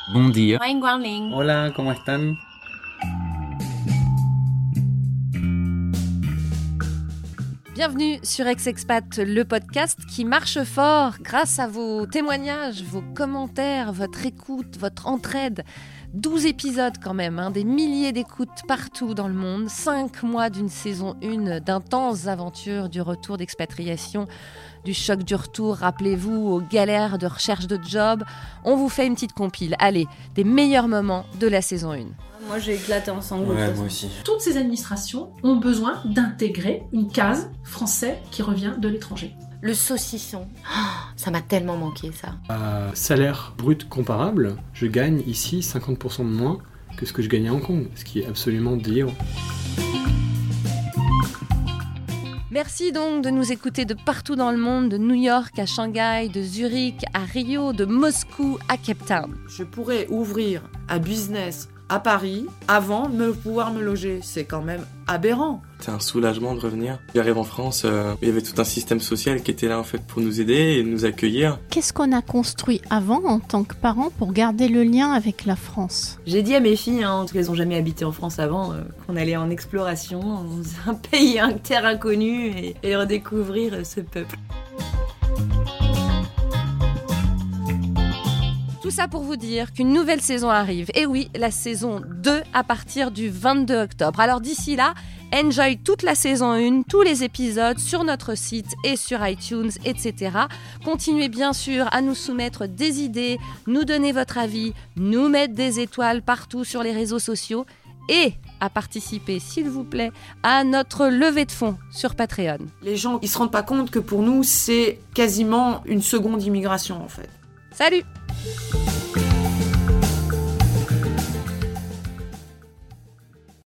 Bon dia. Hola, ¿cómo están? Bienvenue sur Ex-Expat, le podcast qui marche fort grâce à vos témoignages, vos commentaires, votre écoute, votre entraide. 12 épisodes quand même, des milliers d'écoutes partout dans le monde, 5 mois d'une saison 1, d'intenses aventures, du retour d'expatriation, du choc du retour, rappelez-vous, aux galères de recherche de job. On vous fait une petite compile, allez, des meilleurs moments de la saison 1. Moi j'ai éclaté en sanglots. Ouais, moi aussi. Toutes ces administrations ont besoin d'intégrer une case français qui revient de l'étranger. Le saucisson, ça m'a tellement manqué ça. Salaire brut comparable, je gagne ici 50% de moins que ce que je gagnais à Hong Kong, ce qui est absolument délirant. Merci donc de nous écouter de partout dans le monde, de New York à Shanghai, de Zurich à Rio, de Moscou à Cape Town. Je pourrais ouvrir un business à Paris avant de pouvoir me loger. C'est quand même aberrant. C'est un soulagement de revenir. J'arrive en France, il y avait tout un système social qui était là en fait pour nous aider et nous accueillir. Qu'est-ce qu'on a construit avant en tant que parents pour garder le lien avec la France ? J'ai dit à mes filles, parce qu'elles n'ont jamais habité en France avant, qu'on allait en exploration dans un pays, une terre inconnue et redécouvrir ce peuple. Tout ça pour vous dire qu'une nouvelle saison arrive. Et oui, la saison 2 à partir du 22 octobre. Alors d'ici là, enjoy toute la saison 1, tous les épisodes sur notre site et sur iTunes, etc. Continuez bien sûr à nous soumettre des idées, nous donner votre avis, nous mettre des étoiles partout sur les réseaux sociaux et à participer, s'il vous plaît, à notre levée de fonds sur Patreon. Les gens, ils se rendent pas compte que pour nous, c'est quasiment une seconde immigration en fait. Salut!